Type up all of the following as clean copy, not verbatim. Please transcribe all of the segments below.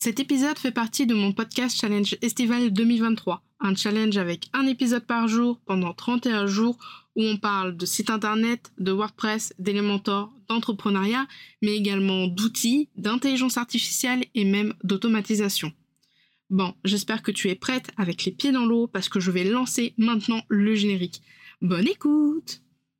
Cet épisode fait partie de mon podcast Challenge Estival 2023, un challenge avec un épisode par jour pendant 31 jours où on parle de site internet, de WordPress, d'Elementor, d'entrepreneuriat, mais également d'outils, d'intelligence artificielle et même d'automatisation. Bon, j'espère que tu es prête avec les pieds dans l'eau parce que je vais lancer maintenant le générique. Bonne écoute!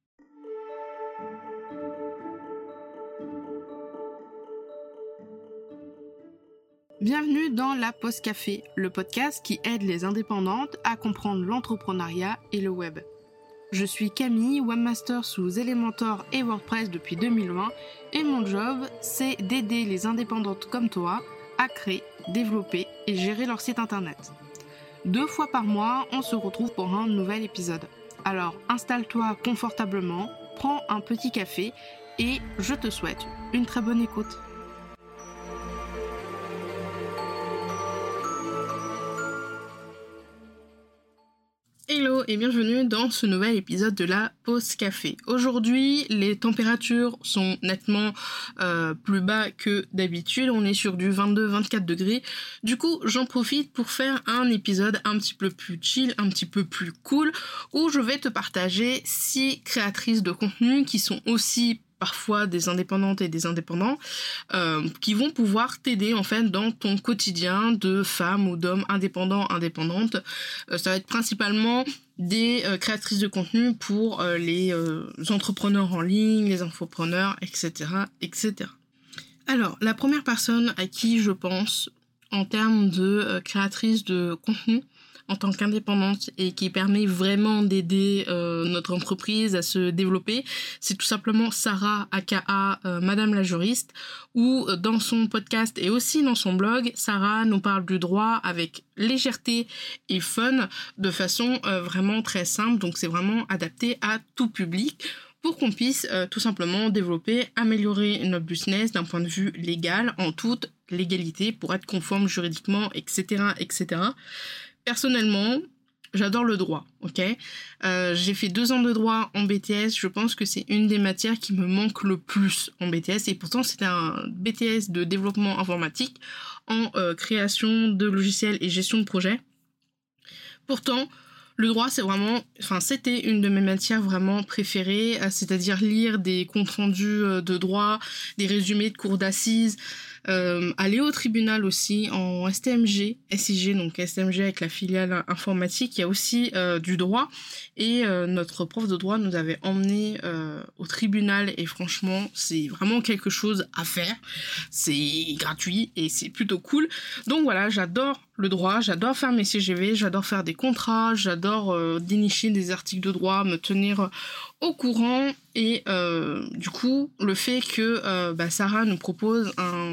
Bienvenue dans la Pause Café, le podcast qui aide les indépendantes à comprendre l'entrepreneuriat et le web. Je suis Camille, webmaster sous Elementor et WordPress depuis 2020 et mon job, c'est d'aider les indépendantes comme toi à créer, développer et gérer leur site internet. 2 fois par mois, on se retrouve pour un nouvel épisode. Alors installe-toi confortablement, prends un petit café et je te souhaite une très bonne écoute. Hello et bienvenue dans ce nouvel épisode de la Pause Café. Aujourd'hui, les températures sont nettement plus bas que d'habitude. On est sur du 22-24 degrés. Du coup, j'en profite pour faire un épisode un petit peu plus chill, un petit peu plus cool, où je vais te partager 6 créatrices de contenu qui sont aussi parfois des indépendantes et des indépendants qui vont pouvoir t'aider en fait dans ton quotidien de femme ou d'homme indépendante. Ça va être principalement des créatrices de contenu pour les entrepreneurs en ligne, les infopreneurs, etc., etc. Alors, la première personne à qui je pense en termes de créatrice de contenu en tant qu'indépendante et qui permet vraiment d'aider notre entreprise à se développer, c'est tout simplement Sarah aka Madame la juriste, où dans son podcast et aussi dans son blog, Sarah nous parle du droit avec légèreté et fun de façon vraiment très simple, donc c'est vraiment adapté à tout public pour qu'on puisse tout simplement développer, améliorer notre business d'un point de vue légal, en toute légalité, pour être conforme juridiquement, etc., etc. Personnellement, j'adore le droit, ok ? J'ai fait 2 ans de droit en BTS, je pense que c'est une des matières qui me manque le plus en BTS, et pourtant c'était un BTS de développement informatique en création de logiciels et gestion de projets. Pourtant, le droit, c'était une de mes matières vraiment préférées, c'est-à-dire lire des comptes rendus de droit, des résumés de cours d'assises, aller au tribunal aussi en STMG, SIG, donc STMG avec la filiale informatique, il y a aussi du droit, et notre prof de droit nous avait emmenés au tribunal, et franchement, c'est vraiment quelque chose à faire, c'est gratuit, et c'est plutôt cool, donc voilà, j'adore le droit, j'adore faire mes CGV, j'adore faire des contrats, j'adore dénicher des articles de droit, me tenir au courant, et du coup le fait que Sarah nous propose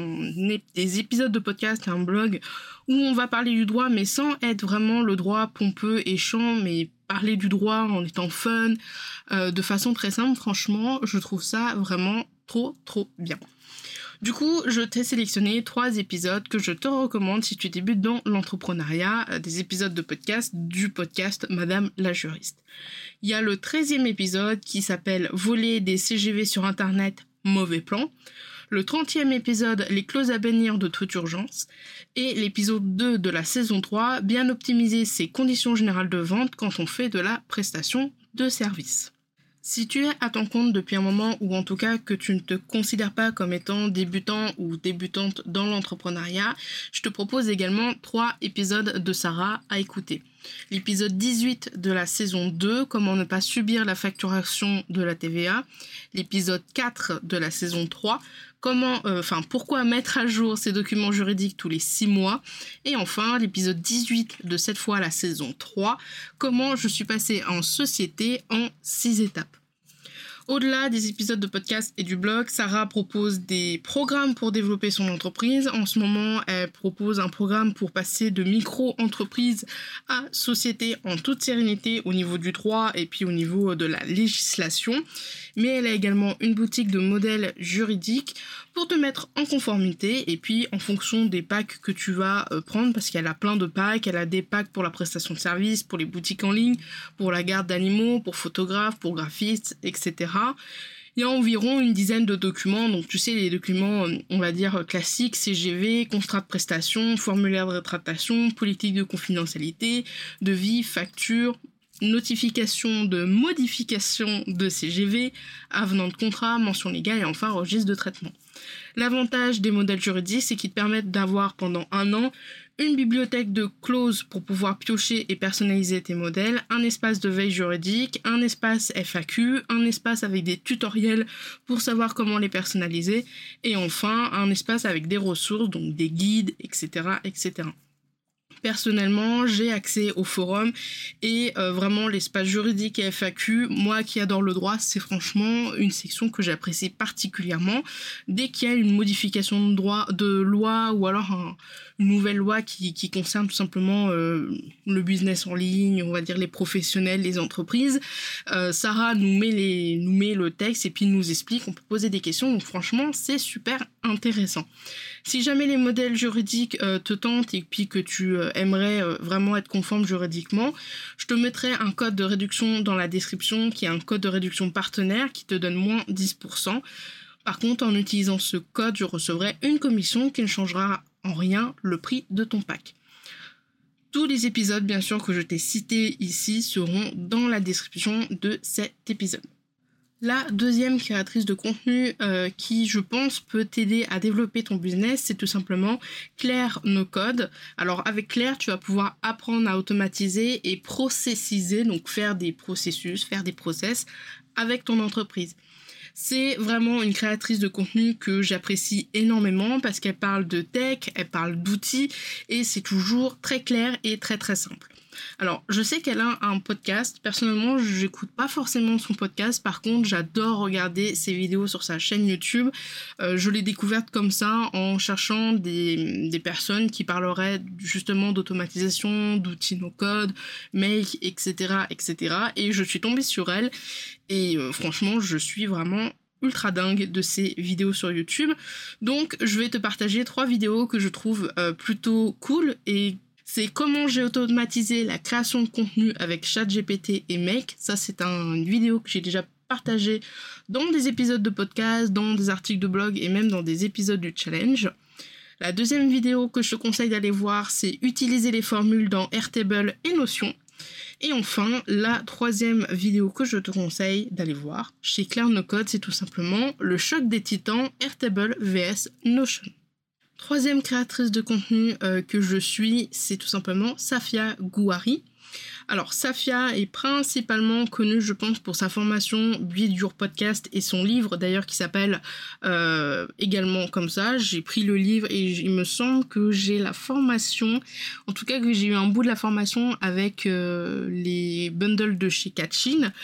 des épisodes de podcast et un blog où on va parler du droit mais sans être vraiment le droit pompeux et chiant, mais parler du droit en étant fun, de façon très simple, franchement je trouve ça vraiment trop bien. Du coup, je t'ai sélectionné 3 épisodes que je te recommande si tu débutes dans l'entrepreneuriat, des épisodes de podcast du podcast Madame la juriste. Il y a le 13e épisode qui s'appelle « Voler des CGV sur Internet, mauvais plan », le 30e épisode « Les clauses à bannir de toute urgence » et l'épisode 2 de la saison 3 « Bien optimiser ses conditions générales de vente quand on fait de la prestation de service ». Si tu es à ton compte depuis un moment, ou en tout cas que tu ne te considères pas comme étant débutant ou débutante dans l'entrepreneuriat, je te propose également 3 épisodes de Sarah à écouter. L'épisode 18 de la saison 2, comment ne pas subir la facturation de la TVA. L'épisode 4 de la saison 3, pourquoi mettre à jour ces documents juridiques tous les 6 mois. Et enfin, l'épisode 18 de cette fois la saison 3, comment je suis passée en société en 6 étapes. Au-delà des épisodes de podcast et du blog, Sarah propose des programmes pour développer son entreprise. En ce moment, elle propose un programme pour passer de micro-entreprise à société en toute sérénité au niveau du droit et puis au niveau de la législation. Mais elle a également une boutique de modèles juridiques pour te mettre en conformité et puis en fonction des packs que tu vas prendre, parce qu'elle a plein de packs, elle a des packs pour la prestation de services, pour les boutiques en ligne, pour la garde d'animaux, pour photographes, pour graphistes, etc. Il y a environ une dizaine de documents, donc tu sais les documents on va dire classiques, CGV, contrat de prestation, formulaire de rétractation, politique de confidentialité, devis, facture, notification de modification de CGV, avenant de contrat, mention légale et enfin registre de traitement. L'avantage des modèles juridiques, c'est qu'ils te permettent d'avoir pendant 1 an une bibliothèque de clauses pour pouvoir piocher et personnaliser tes modèles, un espace de veille juridique, un espace FAQ, un espace avec des tutoriels pour savoir comment les personnaliser, et enfin un espace avec des ressources, donc des guides, etc. etc. Personnellement, j'ai accès au forum et vraiment l'espace juridique et FAQ, moi qui adore le droit, c'est franchement une section que j'apprécie particulièrement. Dès qu'il y a une modification de loi ou alors une nouvelle loi qui concerne tout simplement le business en ligne, on va dire les professionnels, les entreprises, Sarah nous met le texte et puis nous explique, on peut poser des questions, donc franchement c'est super intéressant. Si jamais les modèles juridiques te tentent et puis que tu aimerais vraiment être conforme juridiquement, je te mettrai un code de réduction dans la description qui est un code de réduction partenaire qui te donne moins 10%. Par contre, en utilisant ce code, je recevrai une commission qui ne changera en rien le prix de ton pack. Tous les épisodes, bien sûr, que je t'ai cités ici seront dans la description de cet épisode. La deuxième créatrice de contenu qui, je pense, peut t'aider à développer ton business, c'est tout simplement Claire No Code. Alors avec Claire, tu vas pouvoir apprendre à automatiser et processiser, donc faire des processus, faire des process avec ton entreprise. C'est vraiment une créatrice de contenu que j'apprécie énormément parce qu'elle parle de tech, elle parle d'outils et c'est toujours très clair et très très simple. Alors, je sais qu'elle a un podcast. Personnellement, j'écoute pas forcément son podcast. Par contre, j'adore regarder ses vidéos sur sa chaîne YouTube. Je l'ai découverte comme ça en cherchant des personnes qui parleraient justement d'automatisation, d'outils no-code, make, etc., etc. Et je suis tombée sur elle. Et franchement, je suis vraiment ultra dingue de ses vidéos sur YouTube. Donc, je vais te partager 3 vidéos que je trouve plutôt cool et c'est comment j'ai automatisé la création de contenu avec ChatGPT et Make. Ça, c'est une vidéo que j'ai déjà partagée dans des épisodes de podcast, dans des articles de blog et même dans des épisodes du challenge. La deuxième vidéo que je te conseille d'aller voir, c'est utiliser les formules dans Airtable et Notion. Et enfin, la troisième vidéo que je te conseille d'aller voir chez Claire No Code, c'est tout simplement le choc des titans Airtable vs Notion. Troisième créatrice de contenu que je suis, c'est tout simplement Safia Gouari. Alors Safia est principalement connue, je pense, pour sa formation Build Your Podcast et son livre d'ailleurs qui s'appelle également comme ça. J'ai pris le livre et il me semble que j'ai la formation, en tout cas que j'ai eu un bout de la formation avec les bundles de chez Catching.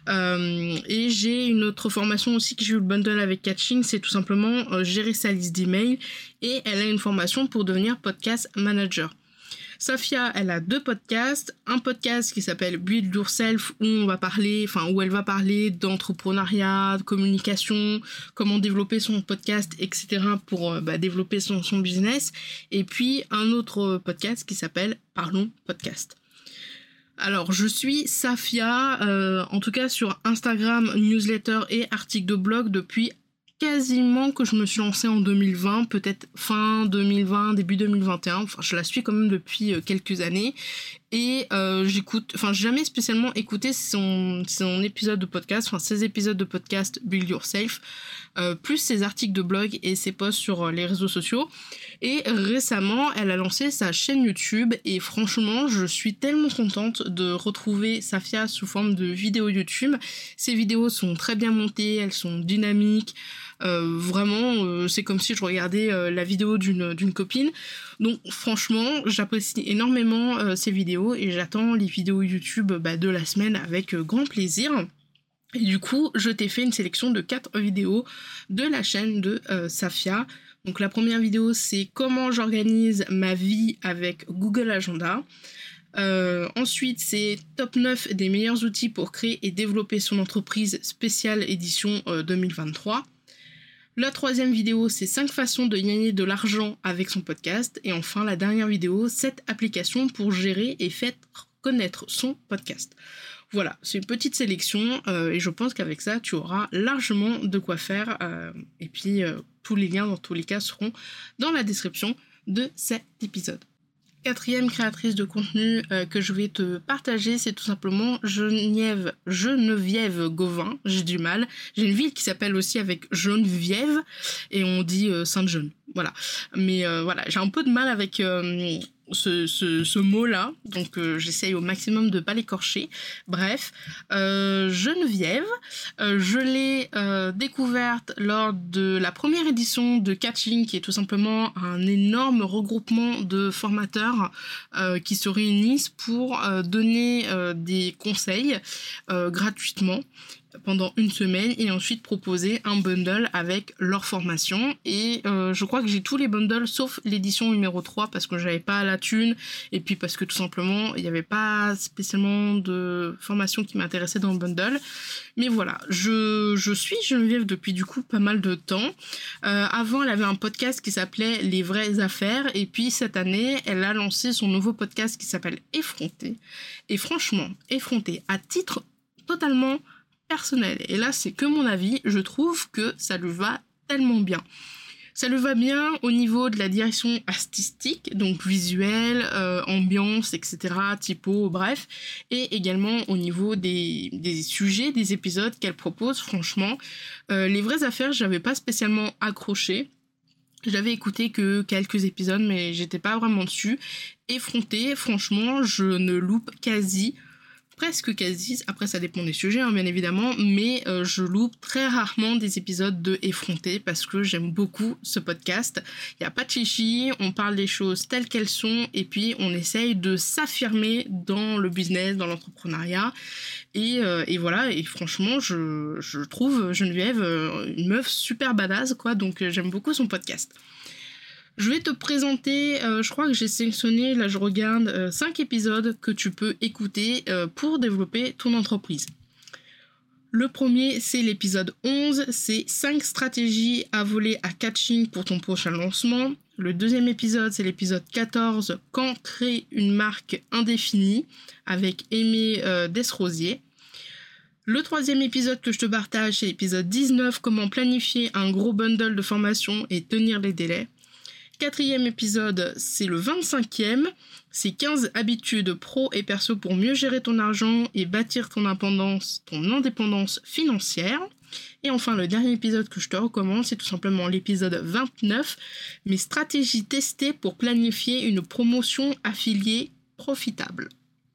Et j'ai une autre formation aussi que j'ai eu le bundle avec Catching, c'est tout simplement gérer sa liste d'emails et elle a une formation pour devenir podcast manager. Safia, elle a 2 podcasts, un podcast qui s'appelle Build Yourself où elle va parler d'entrepreneuriat, de communication, comment développer son podcast, etc. pour développer son business, et puis un autre podcast qui s'appelle Parlons Podcast. Alors, je suis Safia, en tout cas sur Instagram, newsletter et articles de blog depuis quasiment que je me suis lancée en 2020, peut-être fin 2020, début 2021, enfin je la suis quand même depuis quelques années, et j'ai jamais spécialement écouté son épisode de podcast, ses épisodes de podcast Build Yourself, plus ses articles de blog et ses posts sur les réseaux sociaux, et récemment elle a lancé sa chaîne YouTube, et franchement je suis tellement contente de retrouver Safia sous forme de vidéos YouTube. Ses vidéos sont très bien montées, elles sont dynamiques, c'est comme si je regardais la vidéo d'une copine. Donc franchement, j'apprécie énormément ces vidéos et j'attends les vidéos YouTube de la semaine avec grand plaisir. Et du coup, je t'ai fait une sélection de 4 vidéos de la chaîne de Safia. Donc la première vidéo, c'est comment j'organise ma vie avec Google Agenda. Ensuite, c'est top 9 des meilleurs outils pour créer et développer son entreprise spéciale édition 2023. La troisième vidéo, c'est 5 façons de gagner de l'argent avec son podcast. Et enfin, la dernière vidéo, 7 applications pour gérer et faire connaître son podcast. Voilà, c'est une petite sélection et je pense qu'avec ça, tu auras largement de quoi faire. Et puis, tous les liens, dans tous les cas, seront dans la description de cet épisode. Quatrième créatrice de contenu que je vais te partager, c'est tout simplement Geneviève Gauvin. J'ai du mal. J'ai une ville qui s'appelle aussi avec Geneviève et on dit Sainte-Jeune. Voilà. Mais voilà, j'ai un peu de mal avec ce mot-là, donc j'essaye au maximum de pas l'écorcher. Bref, Geneviève, je l'ai découverte lors de la première édition de Catching, qui est tout simplement un énorme regroupement de formateurs qui se réunissent pour donner des conseils gratuitement pendant une semaine et ensuite proposer un bundle avec leur formation. Et je crois que j'ai tous les bundles sauf l'édition numéro 3 parce que j'avais pas la thune et puis parce que tout simplement il n'y avait pas spécialement de formation qui m'intéressait dans le bundle. Mais voilà, je suis Geneviève depuis du coup pas mal de temps. Avant elle avait un podcast qui s'appelait Les Vraies Affaires et puis cette année elle a lancé son nouveau podcast qui s'appelle Effronté. Et franchement, Effronté à titre totalement personnel, et là c'est que mon avis, je trouve que ça lui va tellement bien. Ça lui va bien au niveau de la direction artistique, donc visuel, ambiance, etc., typo, bref, et également au niveau des sujets, des épisodes qu'elle propose. Franchement, Les Vraies Affaires, j'avais pas spécialement accroché. J'avais écouté que quelques épisodes, mais j'étais pas vraiment dessus. Effronté, franchement, je ne loupe presque quasi, après ça dépend des sujets bien évidemment, mais je loupe très rarement des épisodes de Effronté parce que j'aime beaucoup ce podcast. Il n'y a pas de chichi, on parle des choses telles qu'elles sont et puis on essaye de s'affirmer dans le business, dans l'entrepreneuriat et voilà, et franchement je trouve Geneviève une meuf super badass quoi, donc j'aime beaucoup son podcast. Je vais te présenter, je crois que j'ai sélectionné, là je regarde, 5 épisodes que tu peux écouter pour développer ton entreprise. Le premier, c'est l'épisode 11, c'est 5 stratégies à voler à Catching pour ton prochain lancement. Le deuxième épisode, c'est l'épisode 14, quand créer une marque indéfinie, avec Aimé Desrosiers. Le troisième épisode que je te partage, c'est l'épisode 19, comment planifier un gros bundle de formation et tenir les délais. Quatrième épisode, c'est le 25e, c'est 15 habitudes pro et perso pour mieux gérer ton argent et bâtir ton indépendance financière. Et enfin, le dernier épisode que je te recommande, c'est tout simplement l'épisode 29, mes stratégies testées pour planifier une promotion affiliée profitable.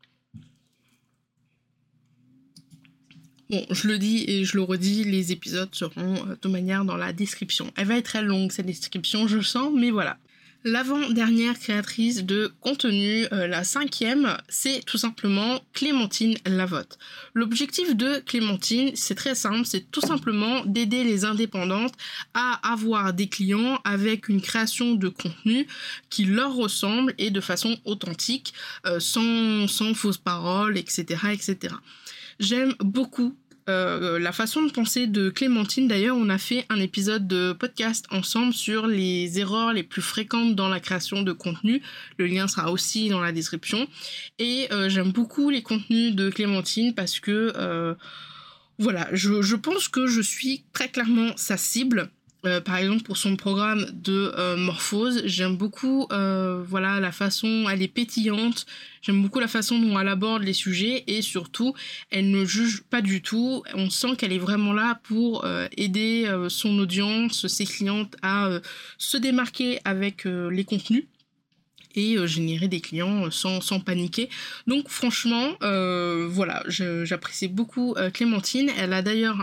Bon, je le dis et je le redis, les épisodes seront de manière dans la description. Elle va être très longue cette description, je le sens, mais voilà. L'avant-dernière créatrice de contenu, la 5e, c'est tout simplement Clémentine Lavotte. L'objectif de Clémentine, c'est très simple, c'est tout simplement d'aider les indépendantes à avoir des clients avec une création de contenu qui leur ressemble et de façon authentique, sans fausses paroles, etc., etc. J'aime beaucoup la façon de penser de Clémentine. D'ailleurs, on a fait un épisode de podcast ensemble sur les erreurs les plus fréquentes dans la création de contenu. Le lien sera aussi dans la description. Et j'aime beaucoup les contenus de Clémentine parce que voilà, je pense que je suis très clairement sa cible. Par exemple pour son programme de morphose, j'aime beaucoup voilà la façon, elle est pétillante, j'aime beaucoup la façon dont elle aborde les sujets et surtout elle ne juge pas du tout, on sent qu'elle est vraiment là pour aider son audience, ses clientes à se démarquer avec les contenus et générer des clients sans paniquer. Donc franchement, voilà, j'apprécie beaucoup Clémentine. Elle a d'ailleurs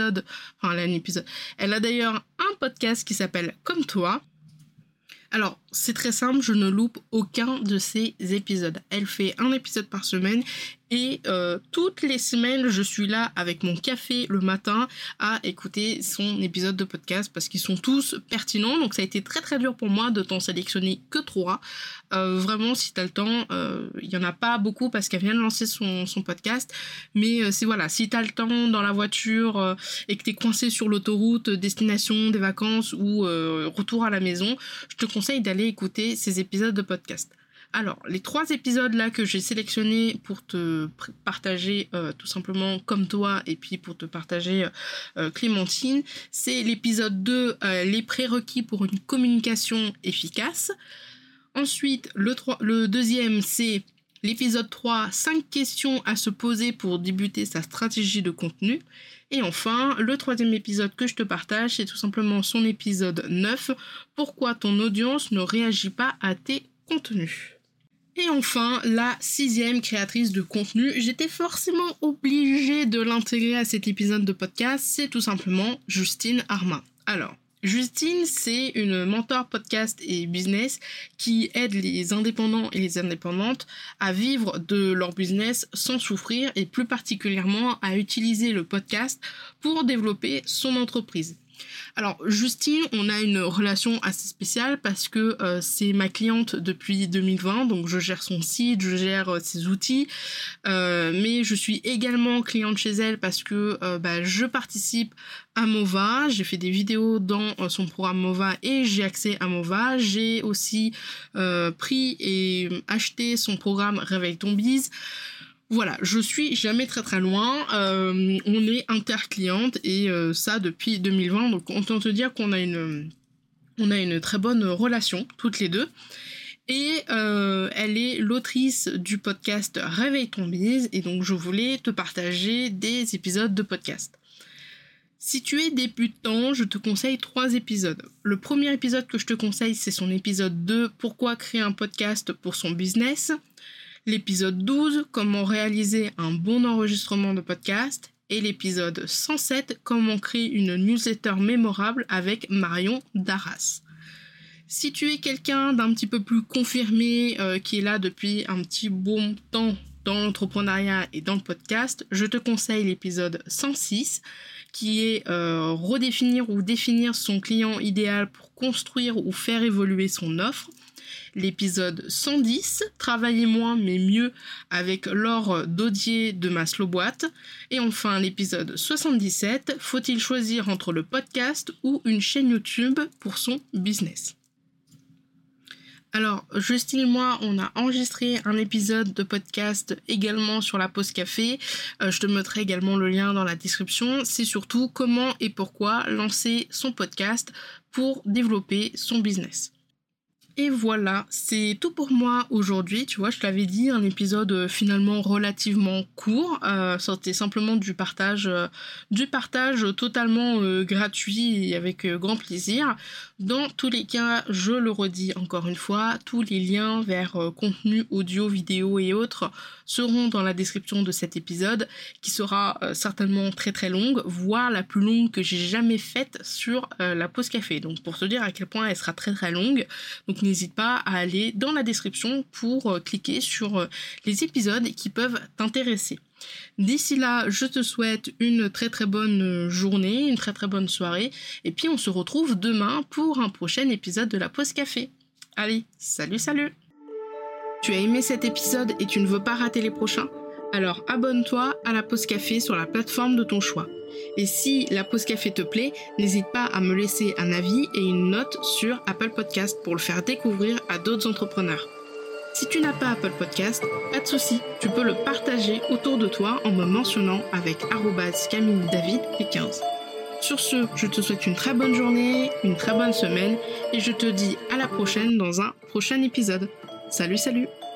elle a d'ailleurs un podcast qui s'appelle Comme toi. Alors, c'est très simple, je ne loupe aucun de ces épisodes. Elle fait un épisode par semaine et toutes les semaines, je suis là avec mon café le matin à écouter son épisode de podcast parce qu'ils sont tous pertinents. Donc ça a été très très dur pour moi de t'en sélectionner que 3. Vraiment, si t'as le temps, il y en a pas beaucoup parce qu'elle vient de lancer son podcast. Mais c'est voilà, si t'as le temps dans la voiture et que t'es coincé sur l'autoroute, destination des vacances ou retour à la maison, je te conseille d'aller écouter ces épisodes de podcast. Alors, les 3 épisodes là que j'ai sélectionnés pour te partager tout simplement comme toi et puis pour te partager Clémentine, c'est l'épisode 2, les prérequis pour une communication efficace. Ensuite, le deuxième, c'est l'épisode 3, 5 questions à se poser pour débuter sa stratégie de contenu. Et enfin, le 3e épisode que je te partage, c'est tout simplement son épisode 9, pourquoi ton audience ne réagit pas à tes contenus. Et enfin, la 6e créatrice de contenu, j'étais forcément obligée de l'intégrer à cet épisode de podcast, c'est tout simplement Justine Armin. Alors, Justine, c'est une mentor podcast et business qui aide les indépendants et les indépendantes à vivre de leur business sans souffrir et plus particulièrement à utiliser le podcast pour développer son entreprise. Alors Justine, on a une relation assez spéciale parce que c'est ma cliente depuis 2020, donc je gère son site, je gère ses outils, mais je suis également cliente chez elle parce que je participe à Mova, j'ai fait des vidéos dans son programme Mova et j'ai accès à Mova, j'ai aussi pris et acheté son programme Réveille ton Biz. Voilà, je suis jamais très loin, on est interclientes et ça depuis 2020, donc on peut te dire qu'on a une très bonne relation, toutes les deux. Et elle est l'autrice du podcast Réveille ton Biz et donc je voulais te partager des épisodes de podcast. Si tu es débutant, je te conseille 3 épisodes. Le premier épisode que je te conseille, c'est son épisode 2, pourquoi créer un podcast pour son business. L'épisode 12, comment réaliser un bon enregistrement de podcast. Et l'épisode 107, comment créer une newsletter mémorable avec Marion Darras. Si tu es quelqu'un d'un petit peu plus confirmé, qui est là depuis un petit bon temps dans l'entrepreneuriat et dans le podcast, je te conseille l'épisode 106, qui est redéfinir ou définir son client idéal pour construire ou faire évoluer son offre. L'épisode 110, travailler moins mais mieux avec Laure Daudier de ma slow boîte. Et enfin l'épisode 77, faut-il choisir entre le podcast ou une chaîne YouTube pour son business? Alors, Justine et moi, on a enregistré un épisode de podcast également sur la pause café. Je te mettrai également le lien dans la description. C'est surtout comment et pourquoi lancer son podcast pour développer son business. Et voilà, c'est tout pour moi aujourd'hui, tu vois, je te l'avais dit, un épisode finalement relativement court, c'était simplement du partage totalement gratuit et avec grand plaisir. Dans tous les cas, je le redis encore une fois, tous les liens vers contenu audio, vidéo et autres seront dans la description de cet épisode, qui sera certainement très longue, voire la plus longue que j'ai jamais faite sur la pause café. Donc pour te dire à quel point elle sera très longue, donc n'hésite pas à aller dans la description pour cliquer sur les épisodes qui peuvent t'intéresser. D'ici là, je te souhaite une très bonne journée, une très bonne soirée, et puis on se retrouve demain pour un prochain épisode de la pause café. Allez, salut! Tu as aimé cet épisode et tu ne veux pas rater les prochains? Alors abonne-toi à la pause café sur la plateforme de ton choix. Et si la pause café te plaît, n'hésite pas à me laisser un avis et une note sur Apple Podcast pour le faire découvrir à d'autres entrepreneurs. Si tu n'as pas Apple Podcast, pas de souci, tu peux le partager autour de toi en me mentionnant avec @CamilleDavid et 15. Sur ce, je te souhaite une très bonne journée, une très bonne semaine et je te dis à la prochaine dans un prochain épisode. Salut!